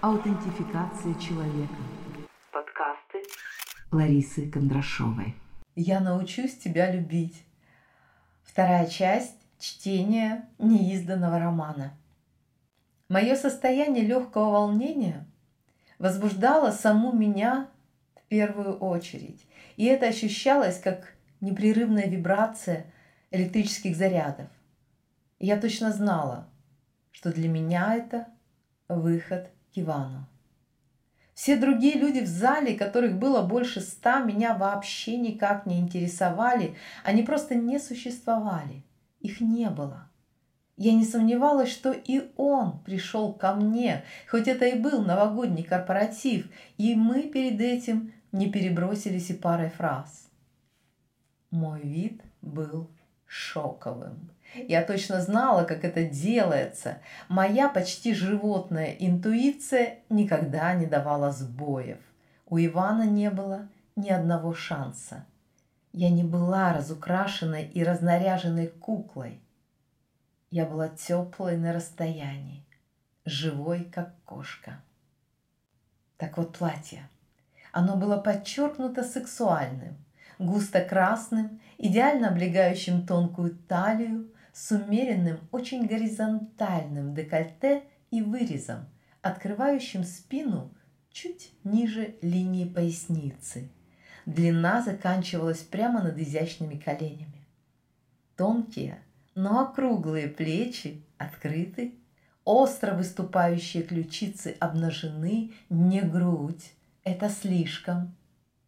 Аутентификация человека. Подкасты Ларисы Кондрашовой. Я научусь тебя любить. Вторая часть чтения неизданного романа. Мое состояние легкого волнения возбуждало саму меня в первую очередь. И это ощущалось как непрерывная вибрация электрических зарядов. И я точно знала, что для меня это выход к Ивану. Все другие люди в зале, которых было больше 100, меня вообще никак не интересовали. Они просто не существовали. Их не было. Я не сомневалась, что и он пришел ко мне, хоть это и был новогодний корпоратив, и мы перед этим не перебросились и парой фраз. Мой вид был шоковым. Я точно знала, как это делается. Моя почти животная интуиция никогда не давала сбоев. У Ивана не было ни одного шанса. Я не была разукрашенной и разнаряженной куклой. Я была теплой на расстоянии, живой, как кошка. Так вот платье. Оно было подчеркнуто сексуальным, густо красным, идеально облегающим тонкую талию, с умеренным, очень горизонтальным декольте и вырезом, открывающим спину чуть ниже линии поясницы. Длина заканчивалась прямо над изящными коленями. Тонкие, но округлые плечи открыты, остро выступающие ключицы обнажены, не грудь, это слишком.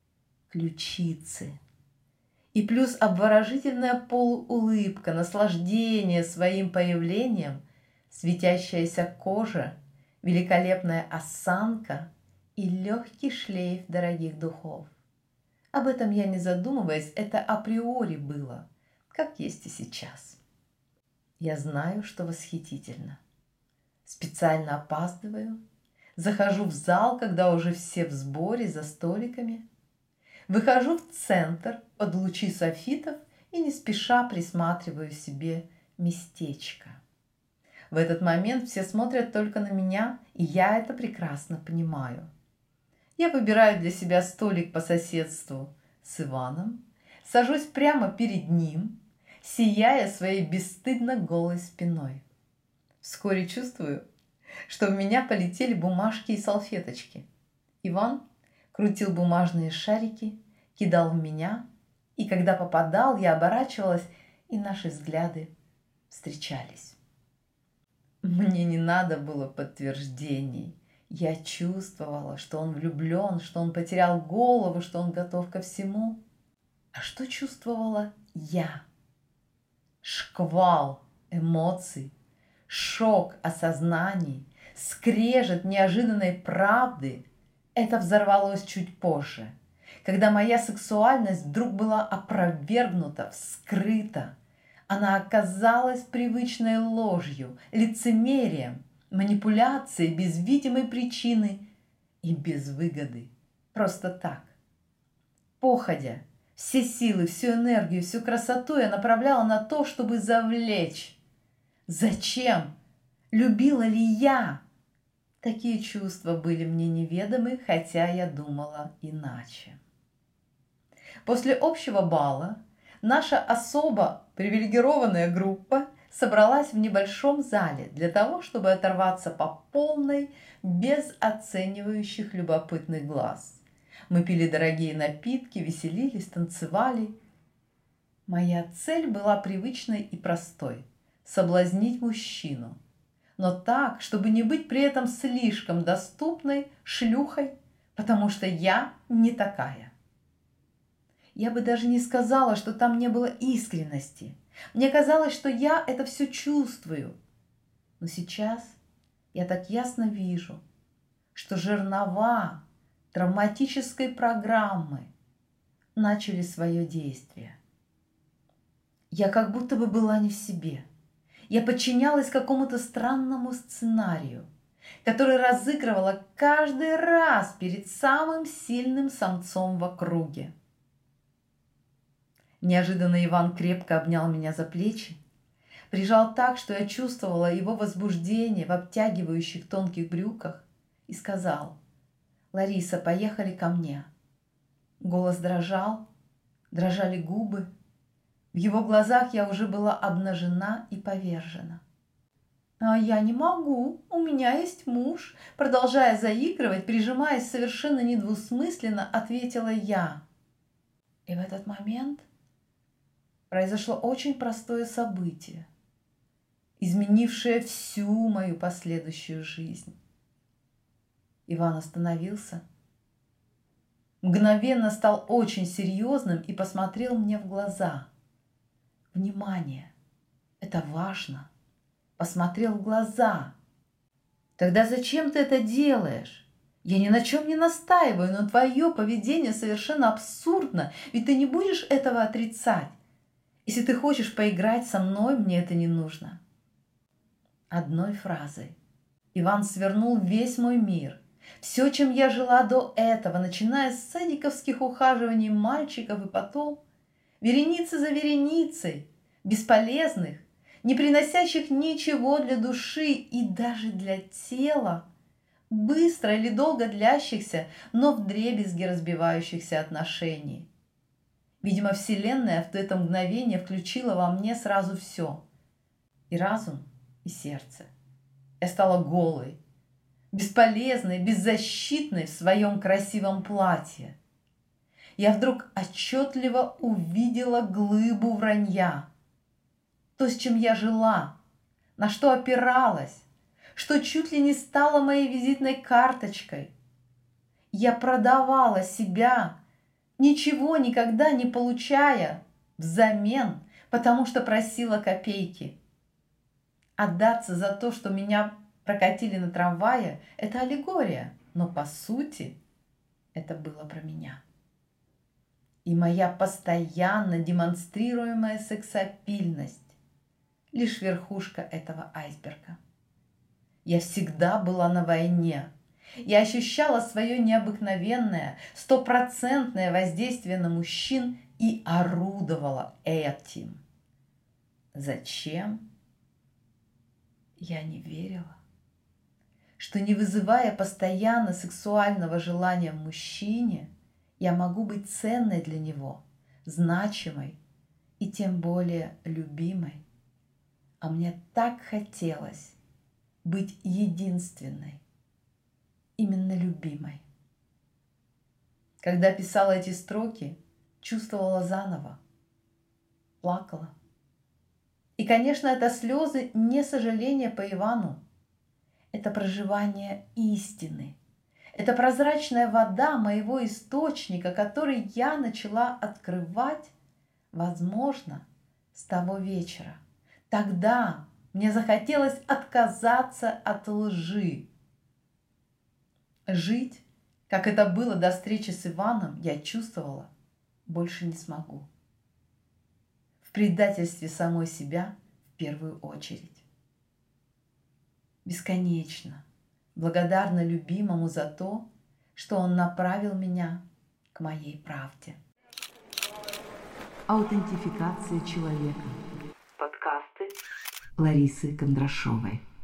Ключицы. И плюс обворожительная полуулыбка, наслаждение своим появлением, светящаяся кожа, великолепная осанка и легкий шлейф дорогих духов. Об этом я не задумываясь, это априори было, как есть и сейчас. Я знаю, что восхитительно. Специально опаздываю, захожу в зал, когда уже все в сборе за столиками. Выхожу в центр под лучи софитов и не спеша присматриваю себе местечко. В этот момент все смотрят только на меня, и я это прекрасно понимаю. Я выбираю для себя столик по соседству с Иваном, сажусь прямо перед ним, сияя своей бесстыдно голой спиной. Вскоре чувствую, что в меня полетели бумажки и салфеточки. Иван крутил бумажные шарики, кидал в меня, и когда попадал, я оборачивалась, и наши взгляды встречались. Мне не надо было подтверждений. Я чувствовала, что он влюблен, что он потерял голову, что он готов ко всему. А что чувствовала я? Шквал эмоций, шок осознаний, скрежет неожиданной правды. Это взорвалось чуть позже, когда моя сексуальность вдруг была опровергнута, вскрыта. Она оказалась привычной ложью, лицемерием, манипуляцией без видимой причины и без выгоды. Просто так. Походя, все силы, всю энергию, всю красоту я направляла на то, чтобы завлечь. Зачем? Любила ли я? Такие чувства были мне неведомы, хотя я думала иначе. После общего бала наша особо привилегированная группа собралась в небольшом зале для того, чтобы оторваться по полной, без оценивающих любопытных глаз. Мы пили дорогие напитки, веселились, танцевали. Моя цель была привычной и простой – соблазнить мужчину. Но так, чтобы не быть при этом слишком доступной шлюхой, потому что я не такая. Я бы даже не сказала, что там не было искренности. Мне казалось, что я это все чувствую. Но сейчас я так ясно вижу, что жернова травматической программы начали свое действие. Я как будто бы была не в себе. Я подчинялась какому-то странному сценарию, который разыгрывала каждый раз перед самым сильным самцом в округе. Неожиданно Иван крепко обнял меня за плечи, прижал так, что я чувствовала его возбуждение в обтягивающих тонких брюках и сказал: «Лариса, поехали ко мне». Голос дрожал, дрожали губы. В его глазах я уже была обнажена и повержена. «А я не могу, у меня есть муж», продолжая заигрывать, прижимаясь совершенно недвусмысленно, ответила я. И в этот момент произошло очень простое событие, изменившее всю мою последующую жизнь. Иван остановился, мгновенно стал очень серьезным и посмотрел мне в глаза. Внимание, это важно. Посмотрел в глаза. Тогда зачем ты это делаешь? Я ни на чем не настаиваю, но твое поведение совершенно абсурдно, ведь ты не будешь этого отрицать. Если ты хочешь поиграть со мной, мне это не нужно. Одной фразой Иван свернул весь мой мир. Все, чем я жила до этого, начиная с садиковских ухаживаний мальчиков и потом, вереницы за вереницей, бесполезных, не приносящих ничего для души и даже для тела, быстро или долго длящихся, но вдребезги разбивающихся отношений. Видимо, Вселенная в это мгновение включила во мне сразу все. И разум, и сердце. Я стала голой, бесполезной, беззащитной в своем красивом платье. Я вдруг отчетливо увидела глыбу вранья. То, с чем я жила, на что опиралась, что чуть ли не стало моей визитной карточкой. Я продавала себя, ничего никогда не получая взамен, потому что просила копейки. Отдаться за то, что меня прокатили на трамвае, это аллегория, но по сути это было про меня. И моя постоянно демонстрируемая сексапильность — лишь верхушка этого айсберга. Я всегда была на войне. Я ощущала свое необыкновенное, 100% воздействие на мужчин и орудовала этим. Зачем? Я не верила, что, не вызывая постоянно сексуального желания в мужчине, я могу быть ценной для него, значимой и тем более любимой. А мне так хотелось быть единственной, именно любимой. Когда писала эти строки, чувствовала заново, плакала. И, конечно, это слезы не сожаления по Ивану. Это проживание истины. Это прозрачная вода моего источника, который я начала открывать, возможно, с того вечера. Тогда мне захотелось отказаться от лжи. Жить, как это было до встречи с Иваном, я чувствовала, больше не смогу. В предательстве самой себя в первую очередь. Бесконечно благодарна любимому за то, что он направил меня к моей правде. Аутентификация человека. Подкасты Ларисы Кондрашовой.